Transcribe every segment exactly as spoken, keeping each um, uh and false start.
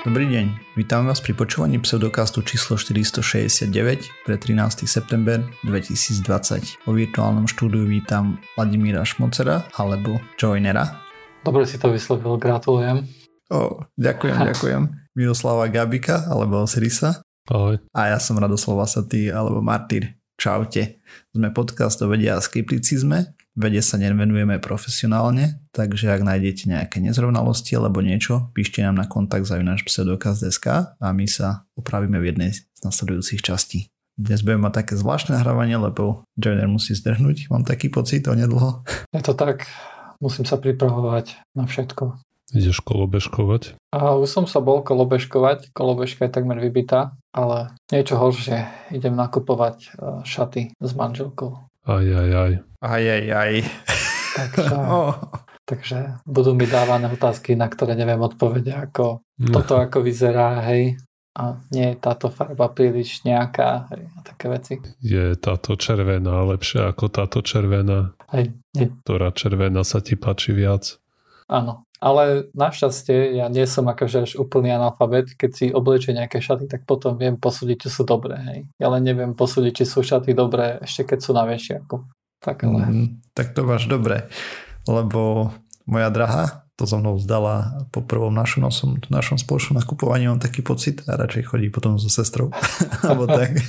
Dobrý deň, vítam vás pri počúvaní pseudokastu číslo štyristošesťdesiatdeväť pre trinásteho september dvetisícdvadsať. Po virtuálnom štúdiu vítam Vladimíra Šmocera alebo Joinera. Dobre si to vyslovil, gratulujem. O, ďakujem, ďakujem. Miroslava Gabika alebo Osirisa. Ahoj. A ja som Radoslav Vasatý alebo Martýr. Čaute. Sme podcast o vede a skepticizme. Vede sa nevenujeme profesionálne, takže ak nájdete nejaké nezrovnalosti alebo niečo, píšte nám na kontakt zavináč pseudokast bodka es ká a my sa opravíme v jednej z nasledujúcich častí. Dnes budeme mať také zvláštne nahrávanie, lebo Joiner musí zdrhnúť, mám taký pocit onedlho. Je to tak, musím sa pripravovať na všetko. Ideš kolobežkovať? A už som sa bol kolobežkovať, kolobežka je takmer vybitá, ale niečo horšie, idem nakupovať šaty s manželkou. Aj, aj, aj. Aj, aj, aj. Takže, oh. takže budú mi dávané otázky, na ktoré neviem odpovede, ako no. Toto ako vyzerá, hej, a nie je táto farba príliš nejaká, hej, a také veci. Je táto červená lepšia ako táto červená? Hej, nie. Ktorá červená sa ti páči viac? Áno. Ale našťastie ja nie som akože až úplný analfabet, keď si oblečie nejaké šaty, tak potom viem posúdiť, či sú dobré. Hej. Ja len neviem posúdiť, či sú šaty dobré, ešte keď sú na vešiaku. Tak, ale... mm, tak to máš dobre, lebo moja drahá to so mnou vzdala po prvom našom, nosom, našom spoločnom nakupovaní, mám taký pocit a radšej chodí potom so sestrou. Alebo tak.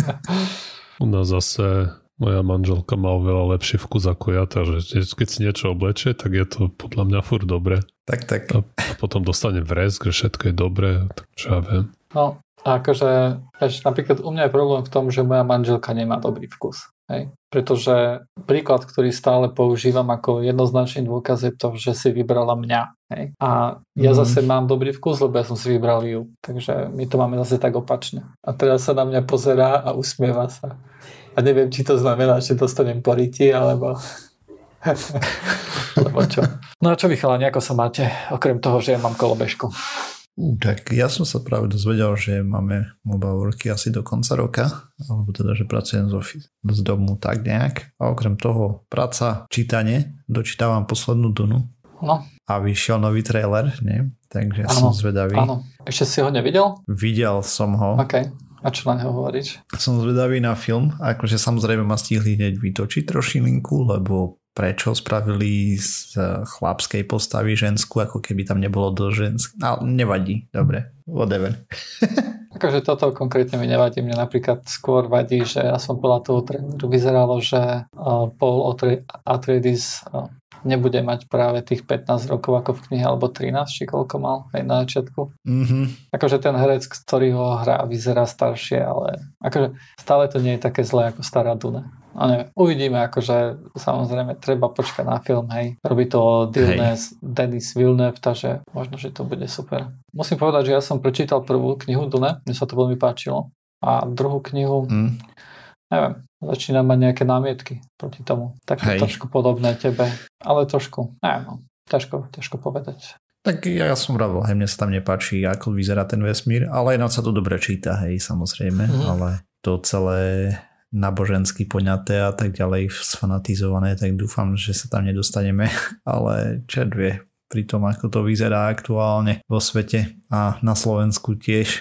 U nás zase moja manželka má oveľa lepší vkus ako ja, takže keď si niečo oblečie, tak je to podľa mňa furt dobre. Tak, tak. A potom dostanem vresk, že všetko je dobré, tak čo ja viem. No, a akože, vieš, napríklad u mňa je problém v tom, že moja manželka nemá dobrý vkus. Hej? Pretože príklad, ktorý stále používam ako jednoznačný dôkaz je to, že si vybrala mňa. Hej? A ja mm. zase mám dobrý vkus, lebo ja som si vybral ju. Takže my to máme zase tak opačne. A teraz sa na mňa pozerá a usmieva sa. A neviem, či to znamená, že dostanem poriti, alebo... alebo čo. No a čo vy chalani, ako sa máte? Okrem toho, že ja mám kolobežku. Uh, tak ja som sa práve dozvedel, že máme mobile worky asi do konca roka, alebo teda, že pracujem z, office, z domu tak nejak. A okrem toho práca, čítanie, dočítavam poslednú Dunu. No. A vyšiel nový trailer, nie? Takže ja som zvedavý. Áno. Ešte si ho nevidel? Videl som ho. OK. A čo na neho hovoríš? Som zvedavý na film. Akože samozrejme ma stihli hneď vytočiť trošilinku, lebo prečo spravili z chlapskej postavy ženskú, ako keby tam nebolo do žensk. Ale nevadí. Dobre. Whatever. Takže toto konkrétne mi nevadí. Mne napríklad skôr vadí, že ja som podľa toho traileru vyzeralo, že Paul Atreides nebude mať práve tých pätnásť rokov ako v knihe, alebo trinásť, či koľko mal aj na začiatku. Mm-hmm. Akože ten herec, ktorý ho hrá, vyzerá staršie, ale akože stále to nie je také zlé ako stará Duna. A neviem, uvidíme, akože samozrejme treba počkať na film, hej. Robí to Denis, Denis Villeneuve, takže možno, že to bude super. Musím povedať, že ja som prečítal prvú knihu Dune, mne sa to veľmi páčilo. A druhú knihu, mm. neviem, začínam mať nejaké námietky proti tomu. Tak je trošku podobné tebe, ale trošku, neviem, no, ťažko, ťažko povedať. Tak ja som vravel, hej, mne sa tam nepáči, ako vyzerá ten vesmír, ale ináč sa to dobre číta, hej, samozrejme, mm. ale to celé nábožensky poňaté a tak ďalej sfanatizované, tak dúfam, že sa tam nedostaneme, ale čert vie pri tom, ako to vyzerá aktuálne vo svete a na Slovensku tiež.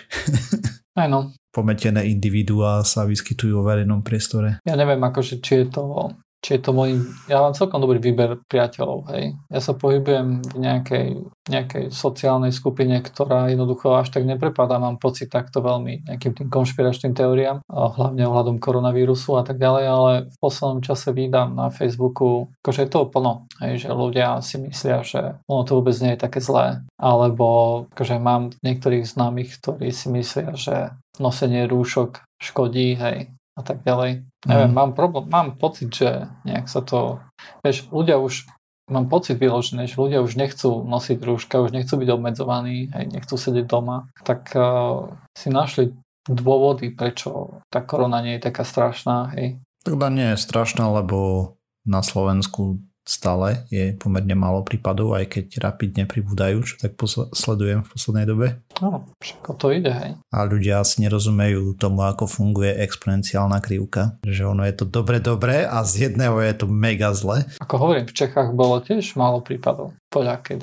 Aj no. Pometené individuá sa vyskytujú vo verejnom priestore. Ja neviem, akože, či je to či je to môj, ja mám celkom dobrý výber priateľov, hej. Ja sa pohybujem v nejakej, nejakej sociálnej skupine, ktorá jednoducho až tak neprepadá, mám pocit takto veľmi nejakým tým konšpiračným teóriám, hlavne ohľadom koronavírusu a tak ďalej, ale v poslednom čase vídam na Facebooku, akože je toho plno, hej, že ľudia si myslia, že ono to vôbec nie je také zlé, alebo akože mám niektorých známych, ktorí si myslia, že nosenie rúšok škodí, hej, a tak ďalej. Mm. Neviem, mám problém, mám pocit, že nejak sa to, vieš, ľudia už, mám pocit vyložené, že ľudia už nechcú nosiť rúška, už nechcú byť obmedzovaní, hej, nechcú sedieť doma, tak uh, si našli dôvody, prečo tá korona nie je taká strašná, hej. Teda nie je strašná, lebo na Slovensku stále je pomerne málo prípadov, aj keď rapidne pribúdajú, čo tak posl- sledujem v poslednej dobe. No, všetko to ide, hej. A ľudia asi nerozumejú tomu, ako funguje exponenciálna krivka. Že ono je to dobre, dobre a z jedného je to mega zle. Ako hovorím, v Čechách bolo tiež málo prípadov. Podľa kedy.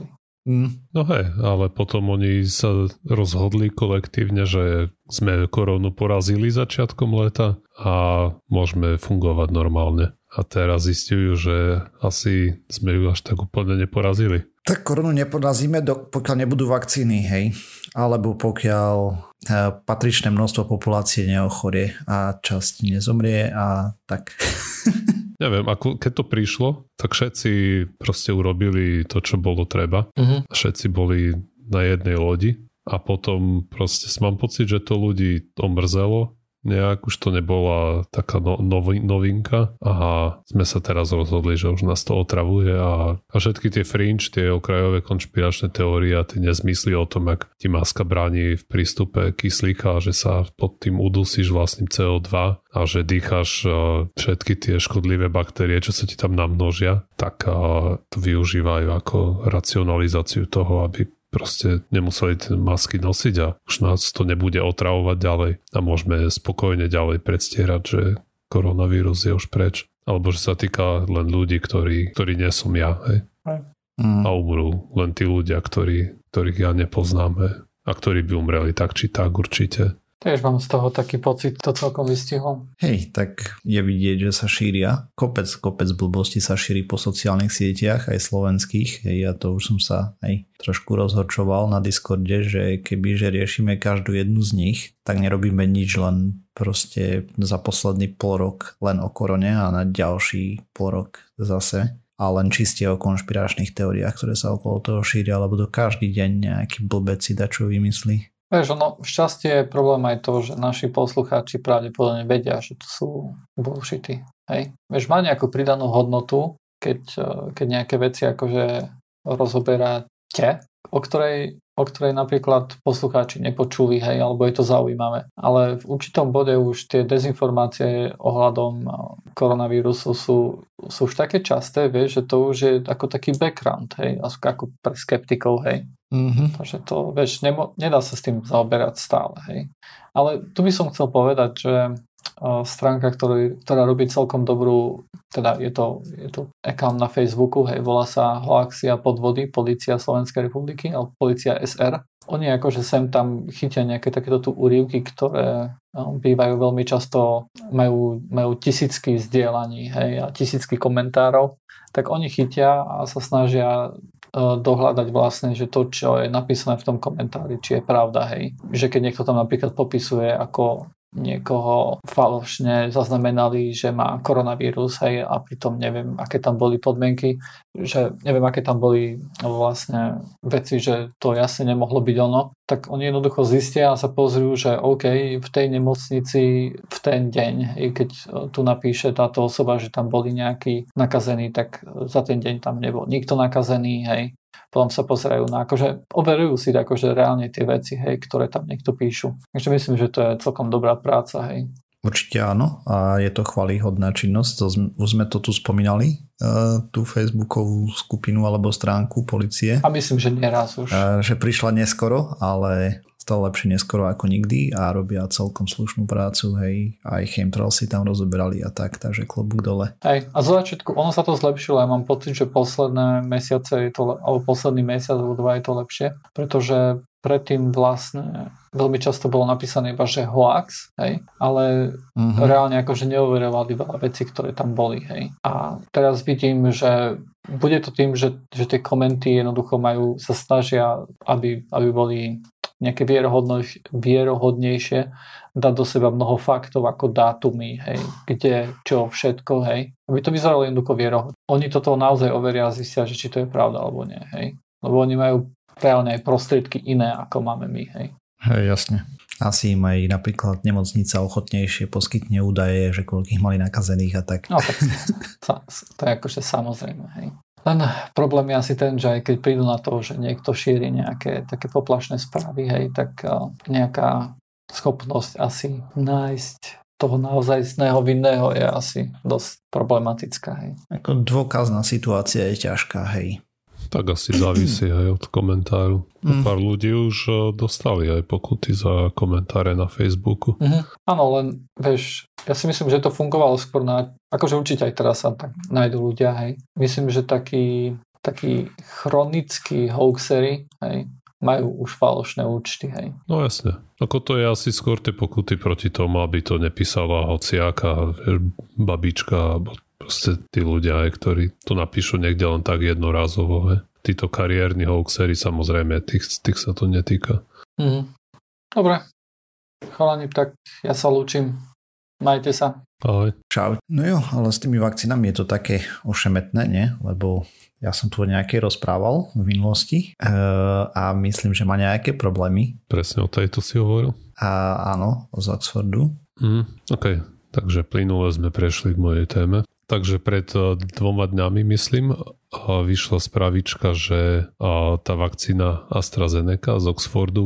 Mm. No hej, ale potom oni sa rozhodli kolektívne, že sme koronu porazili začiatkom leta a môžeme fungovať normálne. A teraz zistujú, že asi sme ju až tak úplne neporazili. Tak koronu neporazíme, pokiaľ nebudú vakcíny, hej. Alebo pokiaľ patričné množstvo populácie neochorie a časť nezomrie a tak. Neviem, ako, keď to prišlo, tak všetci proste urobili to, čo bolo treba. Uh-huh. Všetci boli na jednej lodi a potom proste mám pocit, že to ľudí omrzelo. Nejak už to nebola taká no, novi, novinka a sme sa teraz rozhodli, že už nás to otravuje a, a všetky tie fringe, tie okrajové konšpiračné teórie a tie nezmysly o tom, jak ti maska bráni v prístupe kyslíka, že sa pod tým udusíš vlastným cé ó dva a že dýcháš všetky tie škodlivé baktérie, čo sa ti tam namnožia, tak to využívajú ako racionalizáciu toho, aby proste nemuseli tie masky nosiť a už nás to nebude otravovať ďalej a môžeme spokojne ďalej predstierať, že koronavírus je už preč. Alebo že sa týka len ľudí, ktorí, ktorí nie som ja. Hej? Mm. A umrú len tí ľudia, ktorí, ktorých ja nepoznám. Hej? A ktorí by umreli tak či tak určite. Tiež mám z toho taký pocit, to celkom vystihol. Hej, tak je vidieť, že sa šíria. Kopec, kopec blbosti sa šíri po sociálnych sieťach, aj slovenských. Hej, ja to už som sa aj trošku rozhorčoval na Discorde, že keby že riešime každú jednu z nich, tak nerobíme nič, len proste za posledný pol rok len o korone a na ďalší pol rok zase. A len čiste o konšpiračných teóriách, ktoré sa okolo toho šíria, alebo to každý deň nejaký blbec si dačo vymyslí. Vieš, ono, šťastie je problém aj to, že naši poslucháči pravdepodobne vedia, že to sú bullshity. Hej? Vieš, má nejakú pridanú hodnotu, keď, keď nejaké veci akože rozoberáte, o ktorej, o ktorej napríklad poslucháči nepočuli, hej, alebo je to zaujímavé. Ale v určitom bode už tie dezinformácie ohľadom koronavírusu sú, sú už také časté, vieš, že to už je ako taký background, hej, ako pre skeptikov, hej. Mm-hmm. Takže to, vieš, nemo, nedá sa s tým zaoberať stále, hej. Ale tu by som chcel povedať, že uh, stránka, ktorý, ktorá robí celkom dobrú, teda je to, je to account na Facebooku, hej, volá sa Hoaxia podvody, Polícia Slovenskej republiky, alebo Polícia es er. Oni akože sem tam chytia nejaké takéto tu úryvky, ktoré uh, bývajú veľmi často, majú, majú tisícky zdieľaní, hej, a tisícky komentárov, tak oni chytia a sa snažia dohľadať vlastne, že to, čo je napísané v tom komentári, či je pravda, hej. Že keď niekto tam napríklad popisuje, ako niekoho falošne zaznamenali, že má koronavírus, hej, a pritom neviem, aké tam boli podmienky, že neviem, aké tam boli vlastne veci, že to jasne nemohlo byť ono, tak oni jednoducho zistia a sa pozrú, že OK, v tej nemocnici v ten deň, hej, keď tu napíše táto osoba, že tam boli nejakí nakazení, tak za ten deň tam nebol nikto nakazený, hej. Potom sa pozerajú na, akože overujú si akože reálne tie veci, hej, ktoré tam niekto píšu. Takže myslím, že to je celkom dobrá práca, hej. Určite áno a je to chvályhodná činnosť, to sme, už sme to tu spomínali, uh, tú facebookovú skupinu alebo stránku polície. A myslím, že nieraz už. Uh, že prišla neskoro, ale stále lepšie neskoro ako nikdy a robia celkom slušnú prácu, hej, aj chemtrails si tam rozoberali a tak, takže klobúk dole. Hej, a zo začiatku, ono sa to zlepšilo, ja mám pocit, že posledné mesiace je to, alebo posledný mesiac alebo dva je to lepšie, pretože predtým vlastne veľmi často bolo napísané iba, že hoax, hej, ale uh-huh. reálne akože neoverovali veľa vecí, ktoré tam boli, hej. A teraz vidím, že bude to tým, že, že tie komenty jednoducho majú, sa snažia, aby, aby boli nejaké vierohodnejšie, dať do seba mnoho faktov ako dátumy, hej, kde, čo, všetko, hej, aby to vyzeralo jednoducho vierohodne. Oni toto naozaj overia a zistia, že či to je pravda alebo nie, hej, lebo oni majú reálne aj prostriedky iné, ako máme my, hej. Hej, jasne. Asi im aj napríklad nemocnica ochotnejšie poskytne údaje, že koľkých mali nakazených a tak. No tak, to je akože samozrejme, hej. Len problém je asi ten, že aj keď prídu na to, že niekto šíri nejaké také poplašné správy, hej, tak nejaká schopnosť asi nájsť toho naozajstného vinného je asi dosť problematická, hej. Ako dôkazná situácia je ťažká, hej. Tak asi závisí aj od komentáru. Mm. Pár ľudí už dostali aj pokuty za komentáre na Facebooku. Mm-hmm. Áno, len vieš, ja si myslím, že to fungovalo skôr na, akože určite aj teraz sa tak nájdú ľudia, hej. Myslím, že taký takí chronickí hoaxery, hej, majú už falošné účty, hej. No jasne. Ako to je asi skôr tie pokuty proti tomu, aby to nepísala hociaká babička, alebo proste tí ľudia, hej, ktorí to napíšu niekde len tak jednorázovo. Hej. Títo kariérni hoaxery, samozrejme, tých, tých sa to netýka. Mhm. Dobre. Chalani, tak ja sa lúčim. Majte sa. Ahoj. Čau. No jo, ale s tými vakcínami je to také ošemetné, nie? Lebo ja som tu nejaké rozprával v minulosti uh, a myslím, že má nejaké problémy. Presne o tejto si hovoril? A áno, z Oxfordu. Mm, OK, takže plynule sme prešli k mojej téme. Takže pred dvoma dňami, myslím, vyšla správička, že tá vakcína AstraZeneca z Oxfordu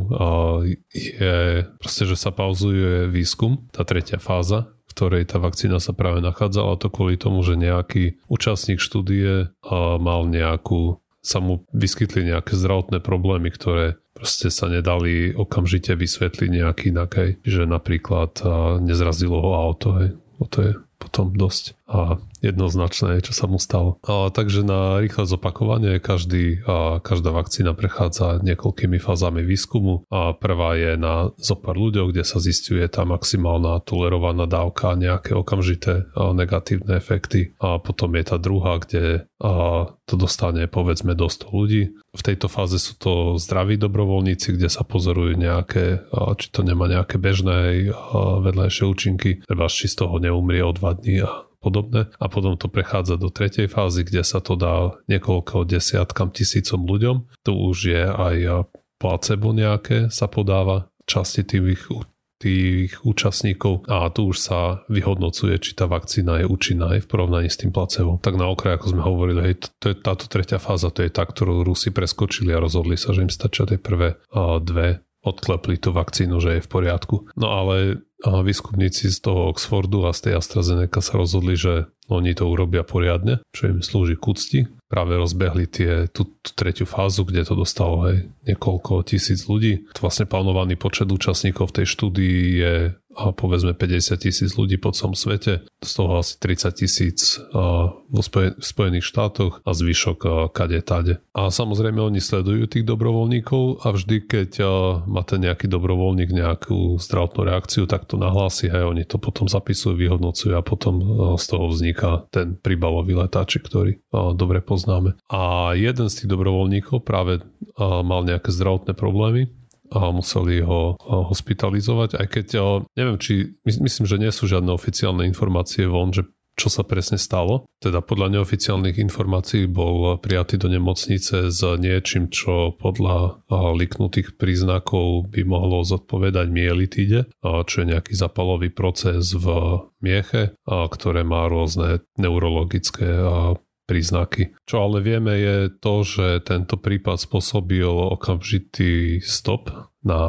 je proste, že sa pauzuje výskum, tá tretia fáza, v ktorej tá vakcína sa práve nachádzala, to kvôli tomu, že nejaký účastník štúdie mal nejakú, sa mu vyskytli nejaké zdravotné problémy, ktoré proste sa nedali okamžite vysvetliť nejaký inak, hej. Že napríklad nezrazilo ho auto, hej. O to je potom dosť a jednoznačné, čo sa mu stalo. A takže na rýchle zopakovanie každý, a každá vakcína prechádza niekoľkými fázami výskumu a prvá je na zopár ľuďoch, kde sa zisťuje tá maximálna tolerovaná dávka, nejaké okamžité negatívne efekty a potom je tá druhá, kde a to dostane povedzme do sto ľudí. V tejto fáze sú to zdraví dobrovoľníci, kde sa pozorujú nejaké, či to nemá nejaké bežné vedľajšie účinky, treba či z toho neumrie o dva dní a podobné. A potom to prechádza do tretej fázy, kde sa to dá niekoľko desiatkam tisícom ľuďom. Tu už je aj placebo nejaké, sa podáva časti tých tých účastníkov a tu už sa vyhodnocuje, či tá vakcína je účinná aj v porovnaní s tým placebom. Tak na okraj, ako sme hovorili, hej, to je táto tretia fáza, to je tá, ktorú Rusi preskočili a rozhodli sa, že im stačia tie prvé a, dve, odklepli tú vakcínu, že je v poriadku. No ale a, výskumníci z toho Oxfordu a z tej AstraZeneca sa rozhodli, že oni to urobia poriadne, čo im slúži k úcti. Práve rozbehli tie, tú, tú tretiu fázu, kde to dostalo hej, niekoľko tisíc ľudí. To vlastne plánovaný počet účastníkov v tej štúdii je a povedzme päťdesiat tisíc ľudí po celom svete, z toho asi tridsať tisíc vo Spojených štátoch a zvyšok kade tade. A samozrejme oni sledujú tých dobrovoľníkov a vždy, keď má ten nejaký dobrovoľník nejakú zdravotnú reakciu, tak to nahlási, hej, oni to potom zapisujú, vyhodnocujú a potom z toho vzniká ten príbalový letáčik, ktorý dobre poznáme. A jeden z tých dobrovoľníkov práve mal nejaké zdravotné problémy a museli ho hospitalizovať, aj keď neviem, či myslím, že nie sú žiadne oficiálne informácie von, že čo sa presne stalo. Teda podľa neoficiálnych informácií bol prijatý do nemocnice s niečím, čo podľa liknutých príznakov by mohlo zodpovedať mielitíde, čo je nejaký zapalový proces v mieche, ktoré má rôzne neurologické príznaky. Čo ale vieme je to, že tento prípad spôsobil okamžitý stop na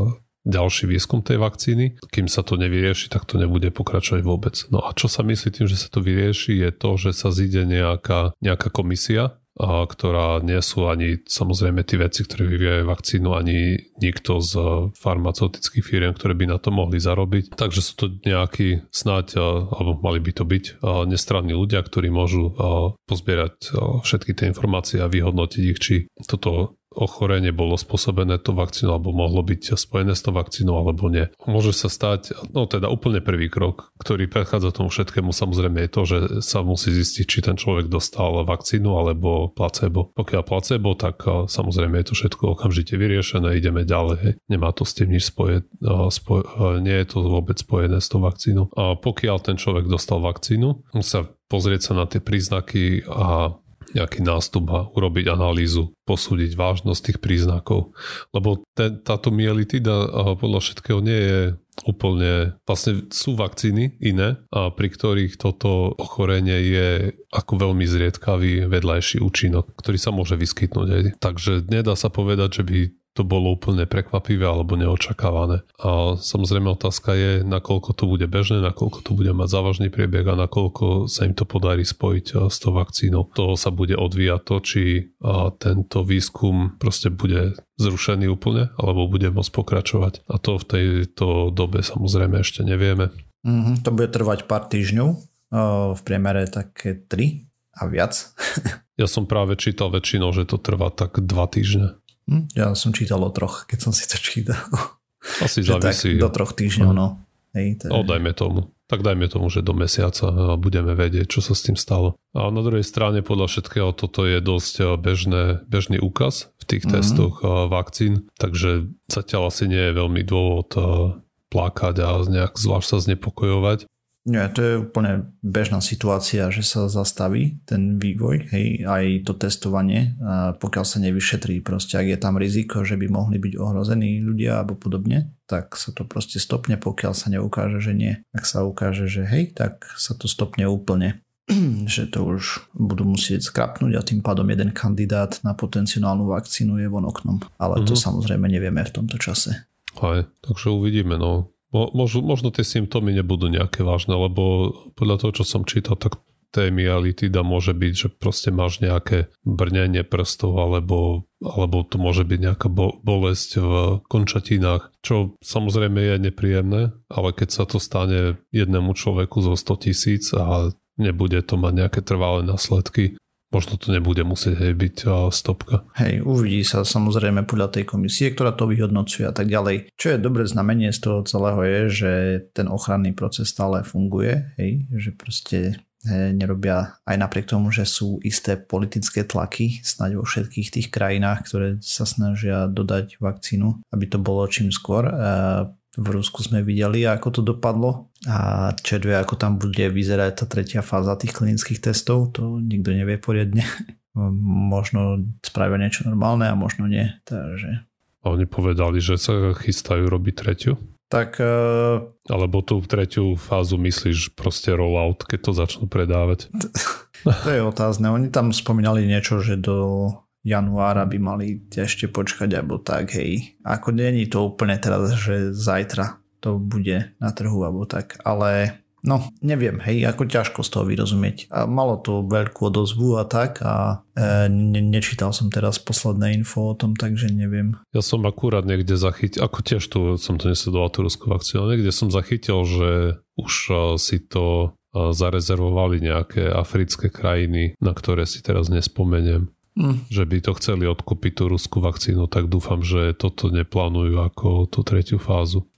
ďalší výskum tej vakcíny. Kým sa to nevyrieši, tak to nebude pokračovať vôbec. No a čo sa myslí tým, že sa to vyrieši, je to, že sa zíde nejaká, nejaká komisia, a ktorá nie sú ani samozrejme tí veci, ktorí vyvíjajú vakcínu, ani nikto z farmaceutických firiem, ktoré by na to mohli zarobiť. Takže sú to nejakí snáď, alebo mali by to byť nestranní ľudia, ktorí môžu pozbierať všetky tie informácie a vyhodnotiť ich, či toto ochorenie bolo spôsobené to vakcínou alebo mohlo byť spojené s tou vakcínou alebo nie. Môže sa stať, no teda úplne prvý krok, ktorý predchádza tomu všetkému, samozrejme je to, že sa musí zistiť, či ten človek dostal vakcínu alebo placebo. Pokiaľ placebo, tak samozrejme je to všetko okamžite vyriešené, ideme ďalej. Hej. Nemá to s tým nič spojené, spoj, nie je to vôbec spojené s tou vakcínou. A pokiaľ ten človek dostal vakcínu, musí sa pozrieť sa na tie príznaky a nejaký nástup a urobiť analýzu, posúdiť vážnosť tých príznakov. Lebo ten, táto mielitida podľa všetkého nie je úplne, vlastne sú vakcíny iné, a pri ktorých toto ochorenie je ako veľmi zriedkavý vedľajší účinok, ktorý sa môže vyskytnúť aj. Takže nedá sa povedať, že by to bolo úplne prekvapivé alebo neočakávané. A samozrejme otázka je, nakoľko to bude bežné, nakoľko to bude mať závažný priebeh a nakoľko sa im to podarí spojiť s tou vakcínou. Toho sa bude odvíjať to, či tento výskum proste bude zrušený úplne, alebo bude môcť pokračovať. A to v tejto dobe samozrejme ešte nevieme. Mm-hmm, to bude trvať pár týždňov, v priemere také tri. a viac. Ja som práve čítal väčšinou, že to trvá tak dva týždne. Ja som čítal o troch, keď som si to čítal. Asi závisí. Do troch týždňov, no. Hej, to je... No, dajme tomu. Tak dajme tomu, že do mesiaca a budeme vedieť, čo sa s tým stalo. A na druhej strane podľa všetkého toto je dosť bežné, bežný úkaz v tých mm-hmm. testoch vakcín, takže zatiaľ asi nie je veľmi dôvod plakať a nejak zvlášť sa znepokojovať. Nie, to je úplne bežná situácia, že sa zastaví ten vývoj, hej, aj to testovanie, pokiaľ sa nevyšetrí proste, ak je tam riziko, že by mohli byť ohrození ľudia alebo podobne, tak sa to proste stopne, pokiaľ sa neukáže, že nie. Ak sa ukáže, že hej, tak sa to stopne úplne. Že to už budú musieť skrapnúť a tým pádom jeden kandidát na potenciálnu vakcínu je von oknom. Ale uh-huh. to samozrejme nevieme v tomto čase. Aj, takže uvidíme, no. Možno, možno tie symptómy nebudú nejaké vážne, lebo podľa toho, čo som čítal, tak té myelitida môže byť, že proste máš nejaké brnenie prstov alebo, alebo to môže byť nejaká bolesť v končatinách, čo samozrejme je nepríjemné, ale keď sa to stane jednému človeku zo sto tisíc a nebude to mať nejaké trvalé následky, možno to nebude musieť hej, byť stopka. Hej, uvidí sa samozrejme podľa tej komisie, ktorá to vyhodnocuje a tak ďalej. Čo je dobré znamenie z toho celého je, že ten ochranný proces stále funguje, hej, že proste hej, nerobia aj napriek tomu, že sú isté politické tlaky snáď vo všetkých tých krajinách, ktoré sa snažia dodať vakcínu, aby to bolo čím skôr. V Rusku sme videli, ako to dopadlo a červie, ako tam bude vyzerať tá tretia fáza tých klinických testov, to nikto nevie poriadne. Možno spravia niečo normálne a možno nie. Takže... A oni povedali, že sa chystajú robiť tretiu? Tak... Uh... Alebo tú tretiu fázu myslíš proste rollout, keď to začnú predávať? To je otázne. Oni tam spomínali niečo, že do... januára by mali ešte počkať, alebo tak, hej. Ako není to úplne teraz, že zajtra to bude na trhu, alebo tak, ale no, neviem, hej, ako ťažko z toho vyrozumieť. A malo to veľkú odozvu a tak a e, ne, nečítal som teraz posledné info o tom, takže neviem. Ja som akurát niekde zachytil, ako tiež tu som to nesledoval tú ruskú vakcínu, niekde som zachytil, že už si to zarezervovali nejaké africké krajiny, na ktoré si teraz nespomeniem. Mm. Že by to chceli odkúpiť tú ruskú vakcínu, tak dúfam, že toto neplánujú ako tú tretiu fázu.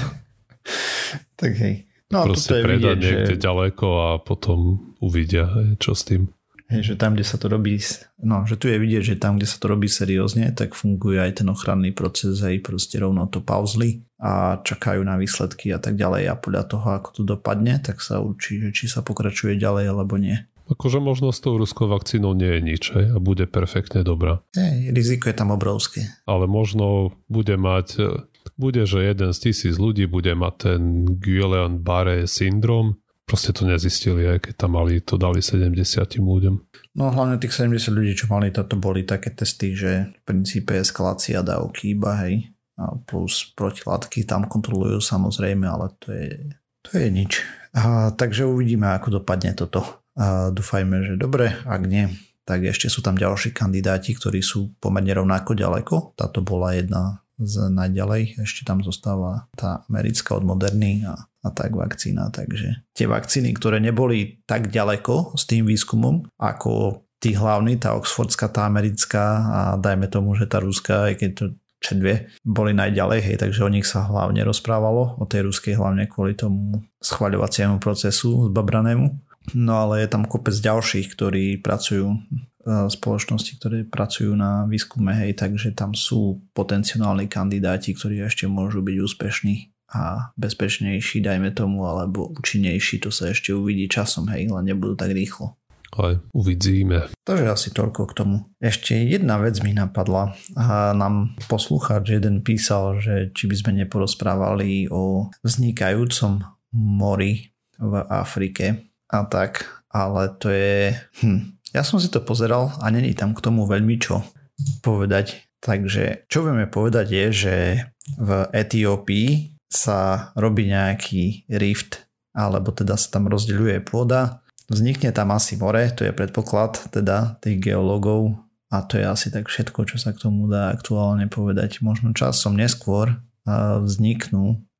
Tak hej. No, proste predať vidieť, niekde že... ďaleko a potom uvidia, čo s tým. Hej, že tam, kde sa to robí, no, že tu je vidieť, že tam, kde sa to robí seriózne, tak funguje aj ten ochranný proces, hej, proste rovno to pauzli a čakajú na výsledky a tak ďalej a podľa toho, ako to dopadne, tak sa určí, že či sa pokračuje ďalej alebo nie. Akože možno s tou ruskou vakcínou nie je nič a bude perfektne dobrá. Hej, riziko je tam obrovské. Ale možno bude mať, bude, že jeden z tisíc ľudí bude mať ten Guillain-Barré syndrom. Proste to nezistili, aj keď tam mali, to dali sedemdesiatim ľuďom. No hlavne tých sedemdesiat ľudí, čo mali, to boli také testy, že v princípe eskalácia dávky iba, hej. A plus protilátky tam kontrolujú samozrejme, ale to je, to je nič. A, takže uvidíme, ako dopadne toto. A dúfajme, že dobre, ak nie, tak ešte sú tam ďalší kandidáti, ktorí sú pomerne rovnako ďaleko. Táto bola jedna z najďalej, ešte tam zostáva tá americká od Moderny a, a tak vakcína, takže tie vakcíny, ktoré neboli tak ďaleko s tým výskumom, ako tí hlavní, tá oxfordská, tá americká a dajme tomu, že tá ruská, aj keď to čedvie, boli najďalej, hej, takže o nich sa hlavne rozprávalo, o tej ruskej hlavne kvôli tomu schvaľovaciemu procesu zbabranému. No ale je tam kopec ďalších, ktorí pracujú, spoločnosti, ktoré pracujú na výskume, hej, takže tam sú potenciálni kandidáti, ktorí ešte môžu byť úspešní a bezpečnejší, dajme tomu, alebo účinnejší, to sa ešte uvidí časom, hej, len nebudú tak rýchlo. Aj uvidíme. Takže asi toľko k tomu. Ešte jedna vec mi napadla a nám poslucháč jeden písal, že či by sme neporozprávali o vznikajúcom mori v Afrike a tak, ale to je... Hm, ja som si to pozeral a není tam k tomu veľmi čo povedať. Takže čo vieme povedať je, že v Etiópii sa robí nejaký rift, alebo teda sa tam rozdeľuje pôda. Vznikne tam asi more, to je predpoklad teda tých geológov a to je asi tak všetko, čo sa k tomu dá aktuálne povedať. Možno časom neskôr vzniknú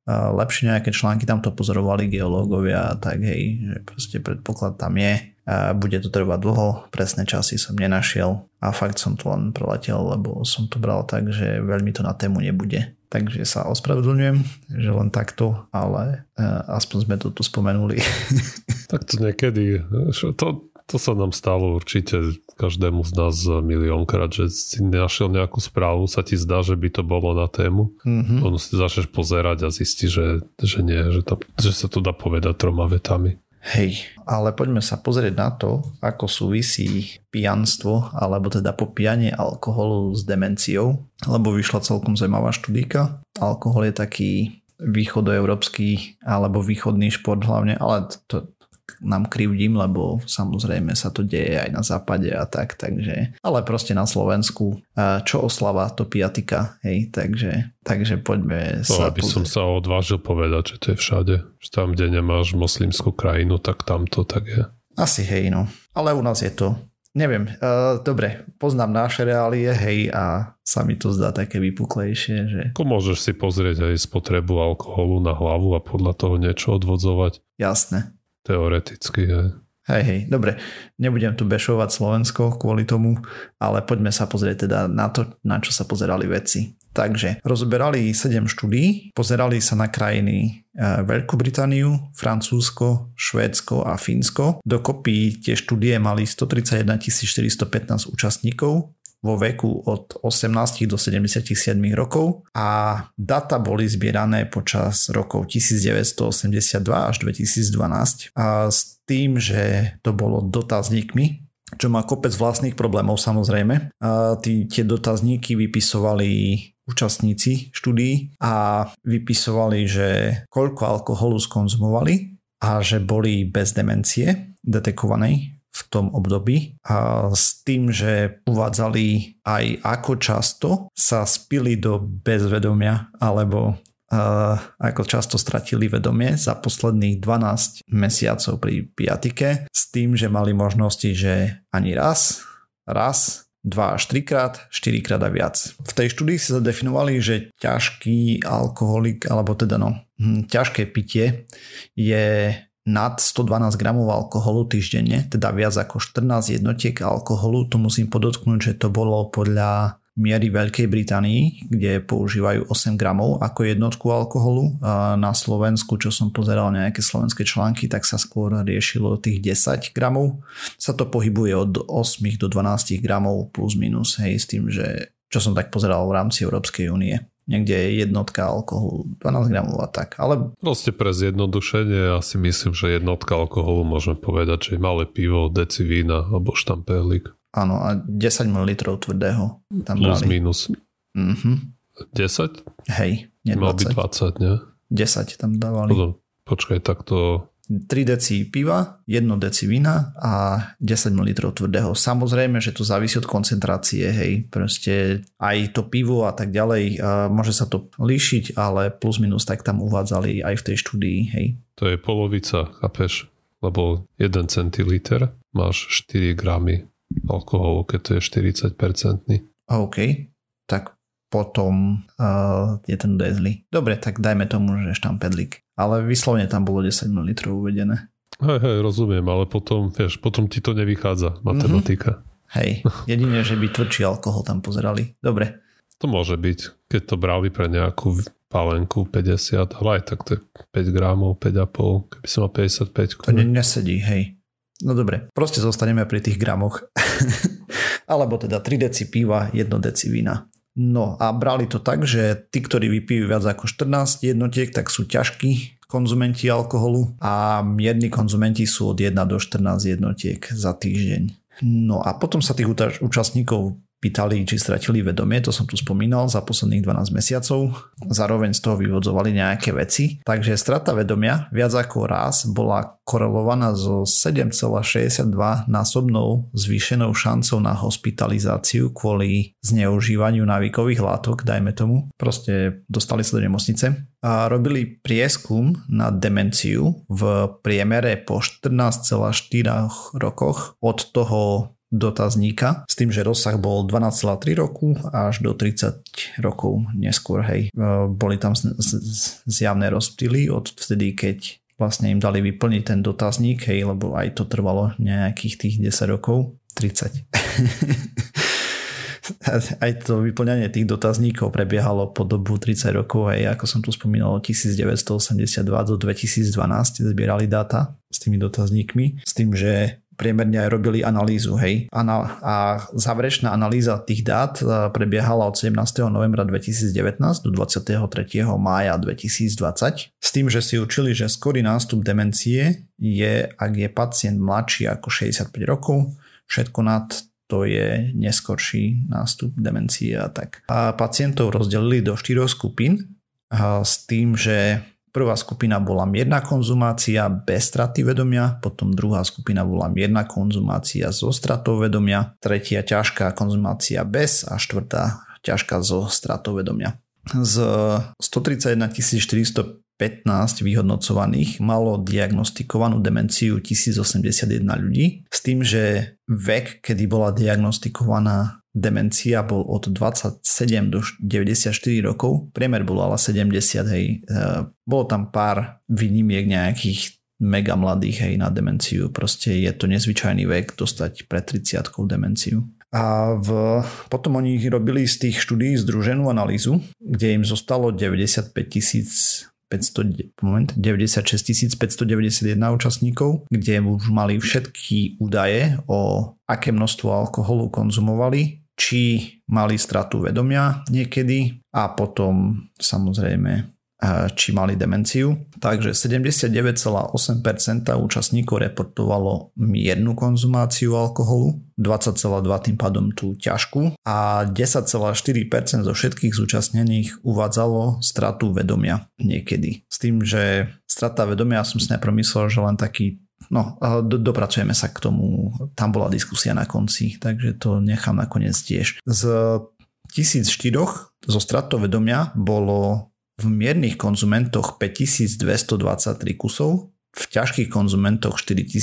lepšie nejaké články, tam to pozorovali geológovia, tak hej, že proste predpoklad tam je. A bude to trvať dlho, presné časy som nenašiel a fakt som to len preletel, lebo som to bral tak, že veľmi to na tému nebude. Takže sa ospravedlňujem, že len takto, ale aspoň sme to tu spomenuli. Tak to niekedy, to, to sa nám stalo určite každému z nás miliónkrát, že si našiel nejakú správu, sa ti zdá, že by to bolo na tému. Mm-hmm. On si začneš pozerať a zistí, že, že nie, že, to, že sa to dá povedať troma vetami. Hej, ale poďme sa pozrieť na to, ako súvisí pijanstvo, alebo teda popíjanie alkoholu s demenciou, lebo vyšla celkom zaujímavá študíka. Alkohol je taký východoeurópsky alebo východný šport hlavne, ale to nám krivdím, lebo samozrejme sa to deje aj na západe a tak, takže, ale proste na Slovensku, čo oslava, to pijatika, hej, takže, takže poďme to, sa aby pozrieť. som sa odvážil povedať, že to je všade, že tam, kde nemáš moslimskú krajinu, tak tam to tak je. Asi hej, no, ale u nás je to, neviem, uh, dobre, poznám naše reálie, hej, a sa mi to zdá také vypuklejšie, že... Ako môžeš si pozrieť aj spotrebu alkoholu na hlavu a podľa toho niečo odvodzovať? Jasné. Teoreticky, hej. Hej, hej, dobre, nebudem tu bešovať Slovensko kvôli tomu, ale poďme sa pozrieť teda na to, na čo sa pozerali vedci. Takže rozoberali sedem štúdií, pozerali sa na krajiny Veľkú Britániu, Francúzsko, Švédsko a Fínsko. Dokopy tie štúdie mali stotridsaťjeden tisíc štyristopätnásť účastníkov vo veku od osemnásť do sedemdesiatsedem rokov a data boli zbierané počas rokov devätnásťstoosemdesiatdva až dvetisícdvanásť a s tým, že to bolo dotazníkmi, čo má kopec vlastných problémov samozrejme. A tí, tie dotazníky vypisovali účastníci štúdií a vypisovali, že koľko alkoholu skonzumovali a že boli bez demencie detekovanej v tom období a s tým, že uvádzali aj ako často sa spili do bezvedomia alebo uh, ako často stratili vedomie za posledných dvanásť mesiacov pri pijatike s tým, že mali možnosti, že ani raz, raz, dva až trikrát, štyrikrát a viac. V tej štúdii si zadefinovali, že ťažký alkoholik alebo teda no, hm, ťažké pitie je nad stodvanásť gramov alkoholu týždenne, teda viac ako štrnásť jednotiek alkoholu. Tu musím podotknúť, že to bolo podľa miery Veľkej Británii, kde používajú osem gramov ako jednotku alkoholu. A na Slovensku, čo som pozeral nejaké slovenské články, tak sa skôr riešilo tých desať gramov. Sa to pohybuje od osem do dvanásť gramov plus minus, hej, s tým, že čo som tak pozeral v rámci Európskej únie. Niekde je jednotka alkoholu dvanásť gramov a tak, ale... Proste pre zjednodušenie ja si myslím, že jednotka alkoholu môžeme povedať, že je malé pivo, deci vína alebo štamperlík. Áno, a desať mililitrov tvrdého tam plus brali. minus. Mhm. desať? Hej, nie Mal byť dvadsať. dvadsať, nie? desať tam dávali. Potom, počkaj, tak to... tri deci piva, jedno deci vína a desať mililitrov tvrdého. Samozrejme, že to závisí od koncentrácie, hej, proste aj to pivo a tak ďalej, môže sa to líšiť, ale plus minus tak tam uvádzali aj v tej štúdii, hej. To je polovica, chápeš? Lebo jeden centiliter máš štyri gramy alkoholu, keď to je štyridsať percent. OK, tak potom uh, je ten dezli. Dobre, tak dajme tomu, že štamperlík. Ale vyslovne tam bolo desať mililitrov uvedené. Hej, hej, rozumiem, ale potom, vieš, potom ti to nevychádza, matematika. Mm-hmm. Hej, jedine, že by tvrdší alkohol tam pozerali. Dobre. To môže byť, keď to brali pre nejakú pálenku päťdesiat, ale aj tak to je päť gramov, päť a pol, keby som mal päťdesiatpäť. To ne, nesedí, hej. No dobre, proste zostaneme pri tých gramoch. Alebo teda tri deci piva, jedno deci vína. No a brali to tak, že tí, ktorí vypijú viac ako štrnásť jednotiek, tak sú ťažkí konzumenti alkoholu a mierni konzumenti sú od jeden do štrnásť jednotiek za týždeň. No a potom sa tých účastníkov pýtali, či stratili vedomie, to som tu spomínal, za posledných dvanásť mesiacov. Zároveň z toho vyvodzovali nejaké veci. Takže strata vedomia viac ako raz bola korelovaná so sedem celá šesťdesiatdva násobnou zvýšenou šancou na hospitalizáciu kvôli zneužívaniu návykových látok, dajme tomu. Proste dostali sa do nemocnice. A robili prieskum na demenciu v priemere po štrnásť celá štyri rokoch od toho dotazníka s tým, že rozsah bol dvanásť celá tri roku až do tridsať rokov neskôr, hej. Boli tam zjavné rozptýly od vtedy, keď vlastne im dali vyplniť ten dotazník, hej, lebo aj to trvalo nejakých tých desať rokov, tridsať. Aj to vyplňanie tých dotazníkov prebiehalo po dobu tridsať rokov, aj ako som tu spomínal, od devätnásťstoosemdesiatdva do dvetisícdvanásť zbierali dáta s tými dotazníkmi, s tým, že priemerne aj robili analýzu, hej. A, na, a záverečná analýza tých dát prebiehala od sedemnásteho novembra dvetisícdevätnásť do dvadsiateho tretieho mája dvetisícdvadsať, s tým, že si učili, že skorý nástup demencie je, ak je pacient mladší ako šesťdesiatpäť rokov, všetko nad to je neskorší nástup demencie a tak. A pacientov rozdelili do štyroch skupín a s tým, že prvá skupina bola mierna konzumácia bez straty vedomia, potom druhá skupina bola mierna konzumácia so stratou vedomia, tretia ťažká konzumácia bez a štvrtá ťažká so stratou vedomia. Z stotridsaťjedentisícštyristopätnásť vyhodnocovaných malo diagnostikovanú demenciu tisícosemdesiatjeden ľudí, s tým, že vek, kedy bola diagnostikovaná demencia, bol od dvadsaťsedem do deväťdesiatštyri rokov, priemer bol ale sedemdesiat, hej. Bolo tam pár výnimiek nejakých mega mladých, hej, na demenciu, proste je to nezvyčajný vek dostať pred tridsiatkou demenciu. A v, potom oni robili z tých štúdií združenú analýzu, kde im zostalo deväťdesiatšesť tisíc päťstodeväťdesiatjeden účastníkov, kde už mali všetky údaje o aké množstvo alkoholu konzumovali, či mali stratu vedomia niekedy a potom samozrejme či mali demenciu. Takže sedemdesiatdeväť celá osem percent účastníkov reportovalo miernu konzumáciu alkoholu, dvadsať celá dva percenta tým pádom tú ťažkú a desať celá štyri percenta zo všetkých zúčastnených uvádzalo stratu vedomia niekedy. S tým, že strata vedomia, ja som si najprv myslel, že len taký, no do, dopracujeme sa k tomu, tam bola diskusia na konci, takže to nechám nakoniec tiež. Z tisícštyri zo stratou vedomia bolo v miernych konzumentoch päťtisícdvestodvadsaťtri kusov, v ťažkých konzumentoch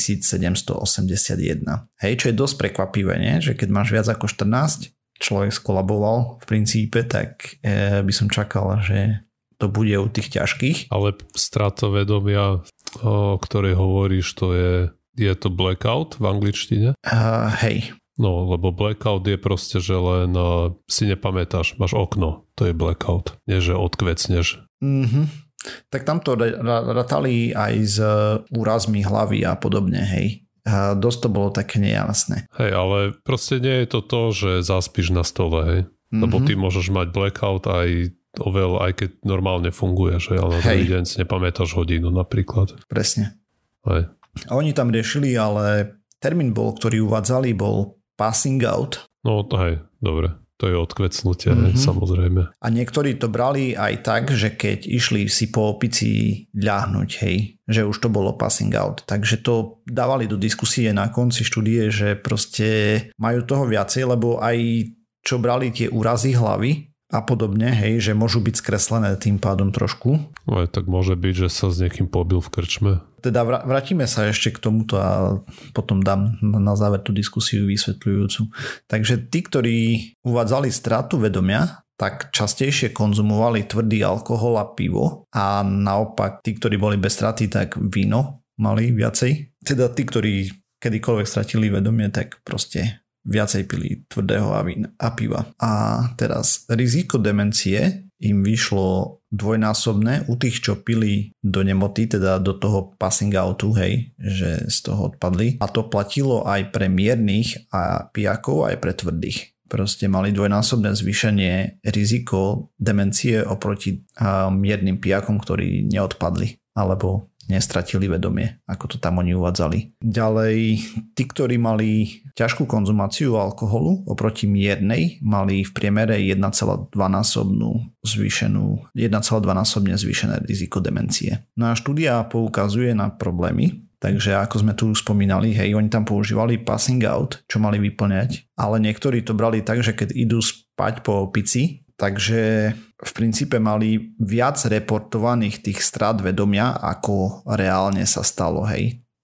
štyritisícsedemstoosemdesiatjeden. Hej, čo je dosť prekvapivé, nie? Že keď máš viac ako štrnásť, človek skolaboval v princípe, tak e, by som čakal, že to bude u tých ťažkých. Ale strata vedomia, o ktorej hovoríš, to je, je to blackout v angličtine? Uh, hej. No, lebo blackout je proste, že len uh, si nepamätáš, máš okno, to je blackout, nie že odkvecneš. Mhm. Tak tamto ratali aj s úrazmi hlavy a podobne, hej. A dosť to bolo také nejasné. Hej, ale proste nie je to to, že zaspíš na stole, hej. Mm-hmm. Lebo ty môžeš mať blackout aj oveľa, aj keď normálne funguje, že ale na druhý deň si nepamätáš hodinu napríklad. Presne. Hej. A oni tam riešili, ale termín bol, ktorý uvádzali, bol passing out. No hej, dobre. To je odkvecnutie, mm-hmm. samozrejme. A niektorí to brali aj tak, že keď išli si po opici ľahnuť, hej, že už to bolo passing out. Takže to dávali do diskusie na konci štúdie, že proste majú toho viacej, lebo aj čo brali tie úrazy hlavy a podobne, hej, že môžu byť skreslené tým pádom trošku. Aj tak môže byť, že sa s niekým pobil v krčme. Teda vrátime sa ešte k tomuto a potom dám na záver tú diskusiu vysvetľujúcu. Takže tí, ktorí uvádzali stratu vedomia, tak častejšie konzumovali tvrdý alkohol a pivo a naopak tí, ktorí boli bez straty, tak víno mali viacej. Teda tí, ktorí kedykoľvek stratili vedomie, tak proste viacej pili tvrdého a, vína, a piva. A teraz riziko demencie im vyšlo dvojnásobné u tých, čo pili do nemoty, teda do toho passing outu, hej, že z toho odpadli. A to platilo aj pre miernych a pijakov, aj pre tvrdých. Proste mali dvojnásobné zvýšenie riziko demencie oproti miernym pijakom, ktorí neodpadli alebo nestratili vedomie, ako to tam oni uvádzali. Ďalej, tí, ktorí mali ťažkú konzumáciu alkoholu oproti miernej, mali v priemere jeden celá dva násobnú zvýšenú, jeden celá dva násobne zvýšené riziko demencie. No a štúdia poukazuje na problémy, takže ako sme tu spomínali, hej, oni tam používali passing out, čo mali vyplňať, ale niektorí to brali tak, že keď idú spať po opici, takže v princípe mali viac reportovaných tých strát vedomia, ako reálne sa stalo, hej.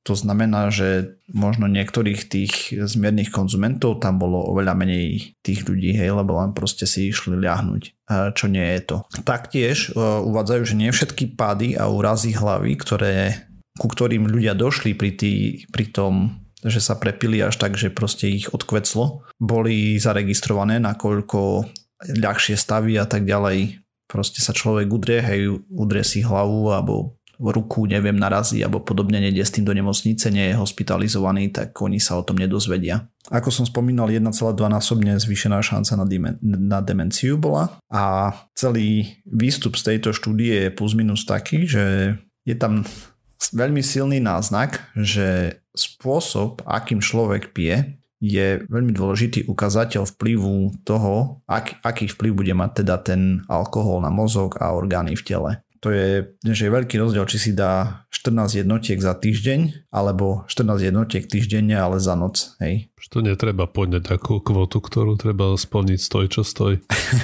To znamená, že možno niektorých tých zmiernych konzumentov tam bolo oveľa menej tých ľudí, hej, lebo len proste si išli ľahnuť, čo nie je to. Taktiež uvádzajú, že nie všetky pády a úrazy hlavy, ktoré, ku ktorým ľudia došli pri, tý, pri tom, že sa prepili až tak, že proste ich odkveclo, boli zaregistrované, nakoľko ľahšie stavy a tak ďalej. Proste sa človek udrie, hej, udrie si hlavu alebo ruku, neviem, narazí alebo podobne, nejde s tým do nemocnice, nie je hospitalizovaný, tak oni sa o tom nedozvedia. Ako som spomínal, jeden celá dva násobne zvýšená šanca na, dime- na demenciu bola a celý výstup z tejto štúdie je plus minus taký, že je tam veľmi silný náznak, že spôsob, akým človek pije, je veľmi dôležitý ukazateľ vplyvu toho, ak, aký vplyv bude mať teda ten alkohol na mozog a orgány v tele. To je, že je veľký rozdiel, či si dá štrnásť jednotiek za týždeň, alebo štrnásť jednotiek týždenne, ale za noc. Hej. To netreba podneť takú kvotu, ktorú treba splniť stoj, čo stoj.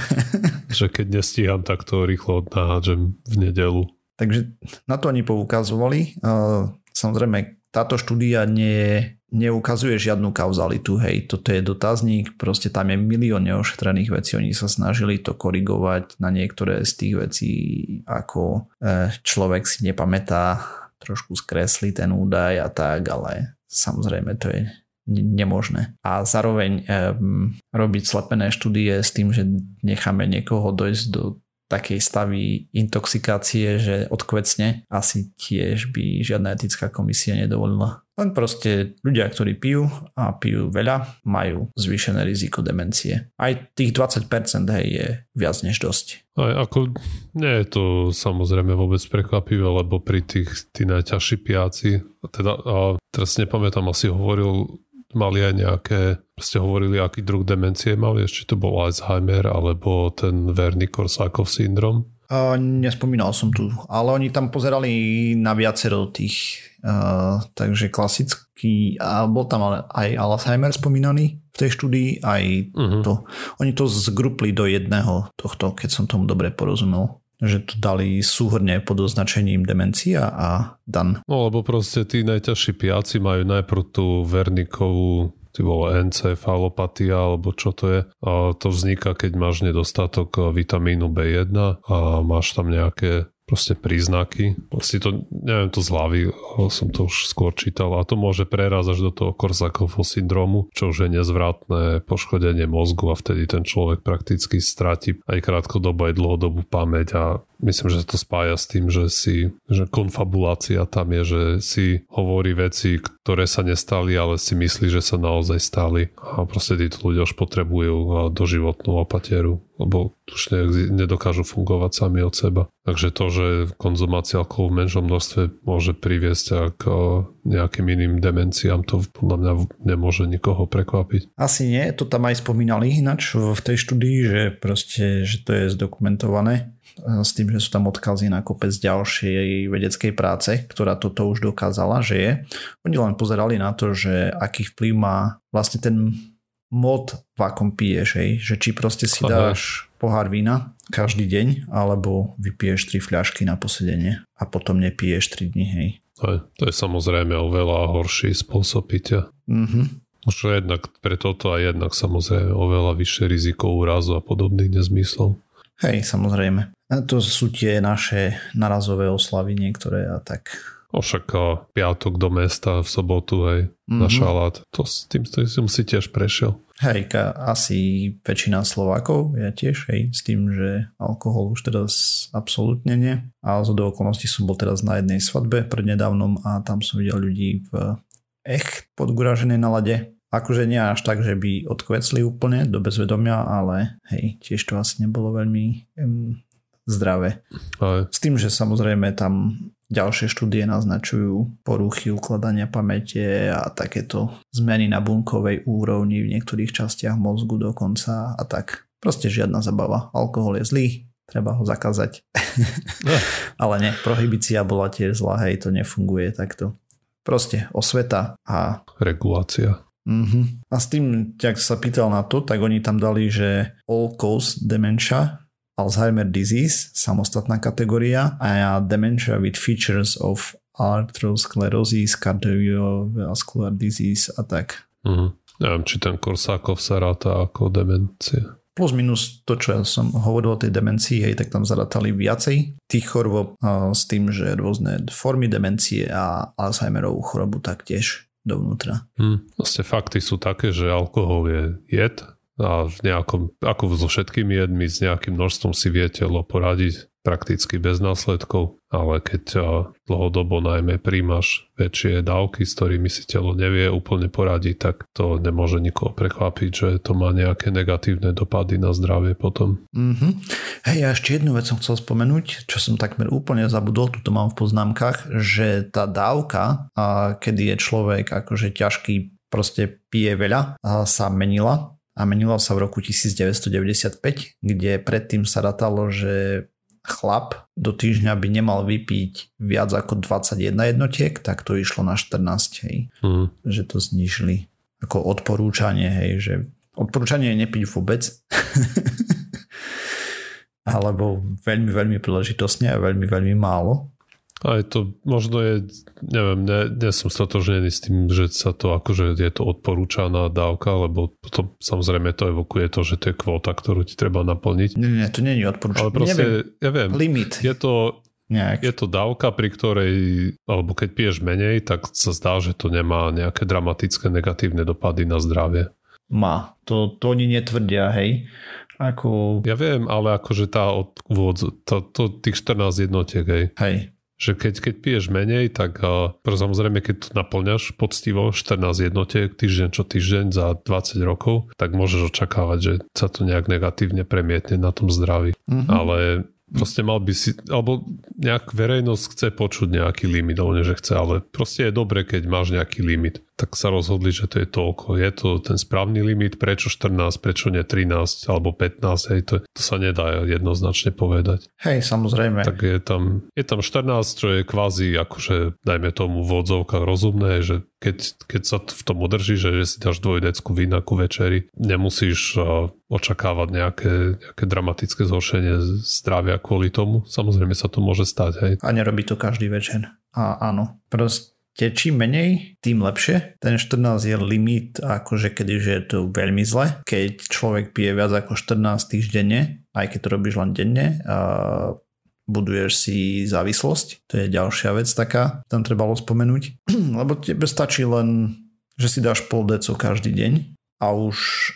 Že keď nestíham, tak to rýchlo odnáhadžem v nedelu. Takže na to oni poukazovali. Samozrejme, táto štúdia nie, neukazuje žiadnu kauzalitu, hej, toto je dotazník, proste tam je milión neošetrených vecí, oni sa snažili to korigovať na niektoré z tých vecí, ako človek si nepamätá, trošku skreslí ten údaj a tak, ale samozrejme to je nemožné. A zároveň um, robiť slepené štúdie s tým, že necháme niekoho dojsť do takej stavy intoxikácie, že odkvecne, asi tiež by žiadna etická komisia nedovolila. Len proste ľudia, ktorí pijú a pijú veľa, majú zvýšené riziko demencie. Aj tých dvadsať percent, hej, je viac než dosť. Aj ako, nie je to samozrejme vôbec prekvapivé, lebo pri tých tí najťažší piaci, teda, a teraz nepamätám, asi hovoril, mali aj nejaké, ste hovorili, aký druh demencie mali, ešte to bol Alzheimer alebo ten Wernicke-Korsakoff syndrom? Uh, nespomínal som tu, ale oni tam pozerali na viacero tých, uh, takže klasický, a bol tam ale aj Alzheimer spomínaný v tej štúdii, aj uh-huh. to. Oni to zgrupli do jedného tohto, keď som tomu dobre porozumel. Že to dali súhrne pod označením demencia a dan. No lebo proste tí najťažší piaci majú najprv tú Wernickovú, ty bolo encefalopatia, alebo čo to je. A to vzniká, keď máš nedostatok vitamínu bé jeden a máš tam nejaké proste príznaky. Proste to, neviem to z hlavy, ale som to už skôr čítal a to môže prerázať až do toho Korsakoffho syndromu, čo už je nezvratné poškodenie mozgu a vtedy ten človek prakticky stráti aj krátkodobú, aj dlhodobú pamäť a myslím, že sa to spája s tým, že si, že konfabulácia tam je, že si hovorí veci, ktoré sa nestali, ale si myslí, že sa naozaj stali a proste títo ľudia už potrebujú doživotnú opatieru, lebo už nedokážu fungovať sami od seba. Takže to, že konzumácia alkoholu v menšom množstve môže priviesť k nejakým iným demenciám, to podľa mňa nemôže nikoho prekvapiť. Asi nie, to tam aj spomínali ináč v tej štúdii, že proste, že to je zdokumentované s tým, že sú tam odkazy na kopec ďalšej vedeckej práce, ktorá toto už dokázala, že je. Oni len pozerali na to, že aký vplyv má vlastne ten mod, v akom piješ, hej? Že či proste si dáš pohár vína každý deň, alebo vypiješ tri fľašky na posedenie a potom nepiješ tri dni, hej. Aj, to je samozrejme oveľa horší spôsob pitia. Mhm. Už jednak pre toto a jednak samozrejme oveľa vyššie riziko úrazu a podobných nezmyslov. Hej, samozrejme. A to sú tie naše narazové oslavy niektoré a tak. O však piatok do mesta v sobotu, hej, mm-hmm. na šalát. To s tým, tým som si tiež prešiel. Hej, asi väčšina Slovákov, ja tiež, hej, s tým, že alkohol už teraz absolútne nie. A z okolností som bol teraz na jednej svadbe prednedávnom a tam som videl ľudí v echt podguraženej nalade. Akože nie až tak, že by odkvecli úplne do bezvedomia, ale hej, tiež to asi nebolo veľmi um, zdravé. Aj. S tým, že samozrejme tam ďalšie štúdie naznačujú poruchy ukladania pamäte a takéto zmeny na bunkovej úrovni v niektorých častiach mozgu dokonca a tak. Proste žiadna zabava. Alkohol je zlý, treba ho zakázať. No. Ale nie, prohibícia bola tiež zlá, hej, to nefunguje takto. Proste osveta a regulácia. Uh-huh. A s tým, jak sa pýtal na to, tak oni tam dali, že all cause dementia, Alzheimer disease, samostatná kategória, a dementia with features of arteriosclerosis, cardiovascular disease a tak. Uh-huh. Neviem, či ten Korsákov sa ráta ako demencia. Plus minus to, čo ja som hovoril o tej demencii, hej, tak tam zarátali viacej tých chorôb s tým, že rôzne formy demencie a Alzheimerovú chorobu taktiež dovnútra. Hmm. Vlastne fakty sú také, že alkohol je jed a v nejakom, ako so všetkými jedmi, s nejakým množstvom si vie telo poradiť prakticky bez následkov, ale keď dlhodobo najmä príjmaš väčšie dávky, s ktorými si telo nevie úplne poradiť, tak to nemôže nikoho prekvapiť, že to má nejaké negatívne dopady na zdravie potom. Mm-hmm. Hej, ja ešte jednu vec som chcel spomenúť, čo som takmer úplne zabudol, tu to mám v poznámkach, že tá dávka, a kedy je človek akože ťažký, proste pije veľa, a sa menila a menila sa v roku devätnásťstodeväťdesiatpäť, kde predtým sa rátalo, že chlap do týždňa by nemal vypiť viac ako dvadsaťjeden jednotiek, tak to išlo na štrnásť, hej. Mm. Že to znížili ako odporúčanie, hej, že odporúčanie je nepiť vôbec. Alebo veľmi, veľmi príležitostne a veľmi, veľmi málo. Aj to možno je, neviem, ne, nie som stotožnený s tým, že sa to akože je to odporúčaná dávka, lebo to samozrejme to evokuje to, že to je kvóta, ktorú ti treba naplniť. Nie, nie, to nie je odporúčané. Ale proste, neviem, ja viem, limit. Je to, je to dávka, pri ktorej, alebo keď piješ menej, tak sa zdá, že to nemá nejaké dramatické negatívne dopady na zdravie. Má. To, to oni netvrdia, hej. Ako... Ja viem, ale akože tá odvôd, to, to tých štrnásť jednotiek, hej. Hej. Že keď, keď piješ menej, tak uh, samozrejme, keď to naplňaš poctivo štrnásť jednotiek týždeň čo týždeň za dvadsať rokov, tak môžeš očakávať, že sa to nejak negatívne premietne na tom zdraví. Mm-hmm. Ale proste mal by si, alebo nejak verejnosť chce počuť nejaký limit, alebo nie, že chce, ale proste je dobre, keď máš nejaký limit. Tak sa rozhodli, že to je toľko. Je to ten správny limit, prečo štrnásť, prečo nie trinásť alebo pätnásť, hej, to, to sa nedá jednoznačne povedať. Hej, samozrejme. Tak je tam, je tam štrnásť, čo je kvázi akože, dajme tomu v odzovkách rozumné, že keď, keď sa v tom udržíš, že, že si dáš dvojdecku vína ku večeri, nemusíš uh, očakávať nejaké, nejaké dramatické zhoršenie zdravia kvôli tomu. Samozrejme sa to môže stať, hej. A nerobí to každý večer. A áno, proste čím menej, tým lepšie. Ten štrnásť je limit, akože kedyže je to veľmi zle. Keď človek pije viac ako štrnásť týždenne, aj keď to robíš len denne, a buduješ si závislosť. To je ďalšia vec taká, tam trebalo spomenúť. Lebo tebe stačí len, že si dáš pol deco každý deň a už,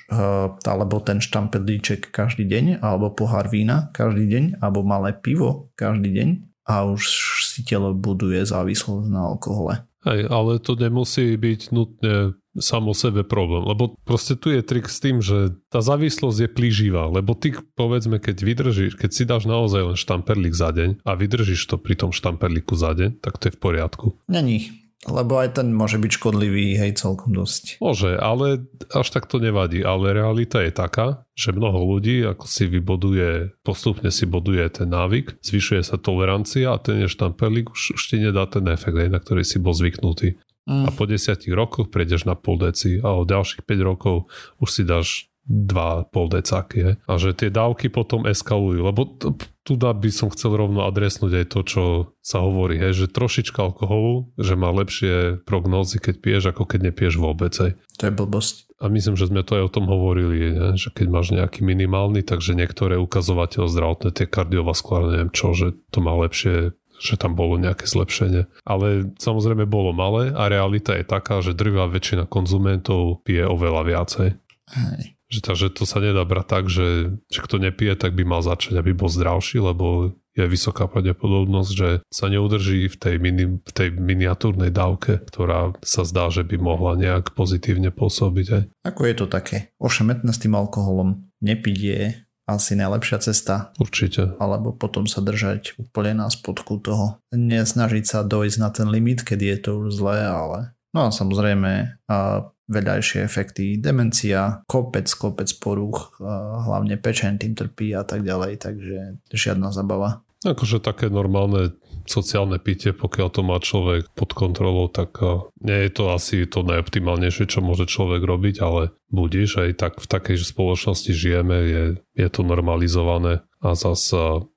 alebo ten štamperlíček každý deň, alebo pohár vína každý deň, alebo malé pivo každý deň a už si telo buduje závislosť na alkohole. Hej, ale to nemusí byť nutne samo sebe problém, lebo proste tu je trik s tým, že tá závislosť je plíživá, lebo ty povedzme, keď vydržíš, keď si dáš naozaj len štamperlík za deň a vydržíš to pri tom štamperlíku za deň, tak to je v poriadku. Není. Lebo aj ten môže byť škodlivý, hej, celkom dosť. Môže, ale až tak to nevadí. Ale realita je taká, že mnoho ľudí, ako si vyboduje, postupne si boduje ten návyk, zvyšuje sa tolerancia a ten štamperlík už, už ti nedá ten efekt, hej, na ktorý si bol zvyknutý. Mm. A po desiatich rokoch prejdeš na pol deci a o ďalších päť rokov už si dáš dva pol decáky. Je. A že tie dávky potom eskalujú, lebo t- tu by som chcel rovno adresnúť aj to, čo sa hovorí, hej, že trošička alkoholu, že má lepšie prognózy, keď piješ, ako keď nepiješ vôbec. Hej. To je blbosť. A myslím, že sme to aj o tom hovorili, hej, že keď máš nejaký minimálny, takže niektoré ukazovateľ zdravotné, tie kardiovaskulárne, neviem čo, že to má lepšie, že tam bolo nejaké zlepšenie. Ale samozrejme bolo malé a realita je taká, že drvivá väčšina konzumentov pije oveľa viacej. Hej. Že, takže to sa nedá brať tak, že, že kto nepije, tak by mal začať, aby bol zdravší, lebo je vysoká pravdepodobnosť, že sa neudrží v tej, mini, v tej miniatúrnej dávke, ktorá sa zdá, že by mohla nejak pozitívne pôsobiť. Aj. Ako je to také? Ošemetné s tým alkoholom. Nepiť je asi najlepšia cesta. Určite. Alebo potom sa držať úplne na spodku toho. Nesnažiť sa dojsť na ten limit, kedy je to už zlé, ale... No a samozrejme... A vedľajšie efekty, demencia, kopec, kopec porúch, hlavne pečeň tým trpí a tak ďalej, takže žiadna zabava. Akože také normálne sociálne pitie, pokiaľ to má človek pod kontrolou, tak nie je to asi to najoptimálnejšie, čo môže človek robiť, ale budíš, aj tak v takej spoločnosti žijeme, je, je to normalizované a zase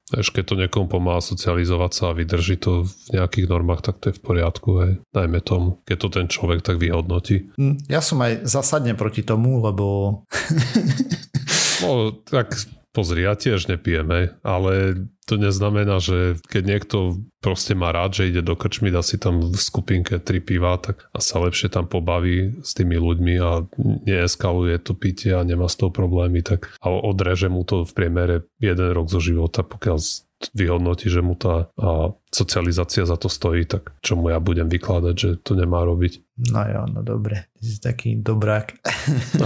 Eš, keď to niekomu pomáha socializovať sa a vydrží to v nejakých normách, tak to je v poriadku, hej. Dajme tomu, keď to ten človek tak vyhodnotí. Ja som aj zásadne proti tomu, lebo... No, tak pozri, ja tiež nepijem, hej, ale to neznamená, že keď niekto proste má rád, že ide do krčmy, dá si tam v skupinke tri piva, tak a sa lepšie tam pobaví s tými ľuďmi a neeskaluje to pitie a nemá s tou problémy, tak a odreže mu to v priemere jeden rok zo života, pokiaľ vyhodnotí, že mu tá a socializácia za to stojí, tak čo mu ja budem vykladať, že to nemá robiť. No jo, no dobre, ty si taký dobrák. No,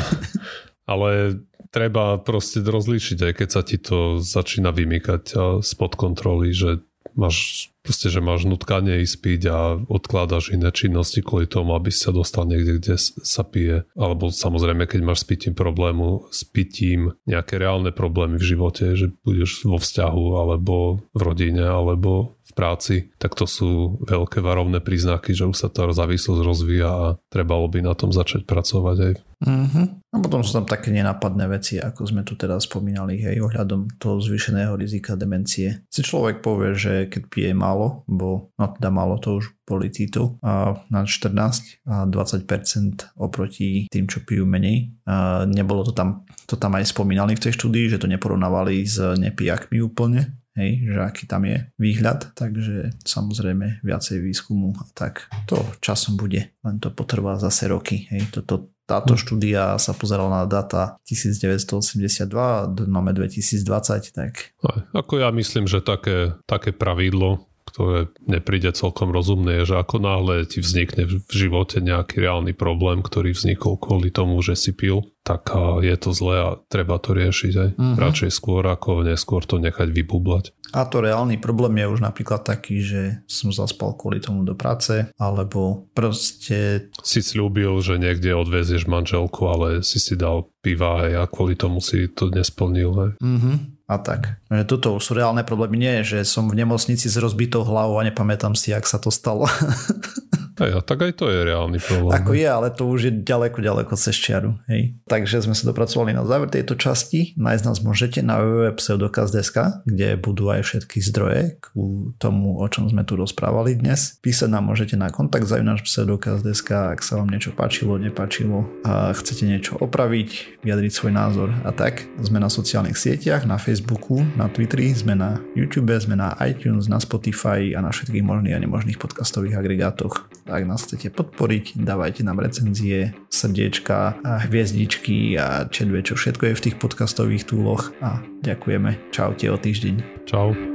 ale treba proste rozlíšiť, aj keď sa ti to začína vymykať spod kontroly, že máš proste, že máš nutkanie ísť piť a odkládaš iné činnosti kvôli tomu, aby si sa dostal niekde, kde sa pije. Alebo samozrejme, keď máš s pitím problému, s pitím nejaké reálne problémy v živote, že budeš vo vzťahu, alebo v rodine, alebo v práci, tak to sú veľké varovné príznaky, že už sa tá závislosť rozvíja a trebalo by na tom začať pracovať aj. Mm-hmm. A potom sú tam také nenápadné veci, ako sme tu teda spomínali, hej, ohľadom toho zvýšeného rizika demencie. Si človek povie, že keď pije málo, bo no teda málo, to už boli títo, a na štrnásť a dvadsať percent oproti tým, čo pijú menej. A nebolo to tam, to tam aj spomínali v tej štúdii, že to neporovnávali s nepijakmi úplne, hej, že aký tam je výhľad, takže samozrejme viacej výskumu a tak to časom bude, len to potrvá zase roky, hej, toto táto štúdia sa pozerala na data devätnásťstoosemdesiatdva a máme dvetisícdvadsať, tak... Ako ja myslím, že také, také pravidlo, ktoré nepríde celkom rozumné, je, že ako náhle ti vznikne v živote nejaký reálny problém, ktorý vznikol kvôli tomu, že si pil, tak je to zlé a treba to riešiť aj. Uh-huh. Radšej skôr ako neskôr to nechať vybublať. A to reálny problém je už napríklad taký, že som zaspal kvôli tomu do práce, alebo proste... Si sľúbil, že niekde odvezieš manželku, ale si si dal piva a kvôli tomu si to nesplnil. Aj. Uh-huh. A tak. Toto sú reálne problémy. Nie, že som v nemocnici s rozbitou hlavou a nepamätám si, jak sa to stalo. Aj, tak aj to je reálny problém. Ako je, ale to už je ďaleko, ďaleko cez čiaru. Hej. Takže sme sa dopracovali na záver tejto časti. Nájsť nás môžete na w w w bodka pseudokaz bodka es ká, kde budú aj všetky zdroje k tomu, o čom sme tu rozprávali dnes. Písať nám môžete na kontakt zavináč pseudokaz bodka es ká, ak sa vám niečo páčilo, nepáčilo a chcete niečo opraviť, vyjadriť svoj názor a tak. Sme na sociálnych sieťach, na Facebooku, na Twitteri, sme na YouTube, sme na iTunes, na Spotify a na všetkých možných a nemožných podcastových agregátoch. Ak nás chcete podporiť, dávajte nám recenzie, srdiečka a hviezdičky a čedve, čo všetko je v tých podcastových túloch a ďakujeme. Čaute o týždeň. Čau.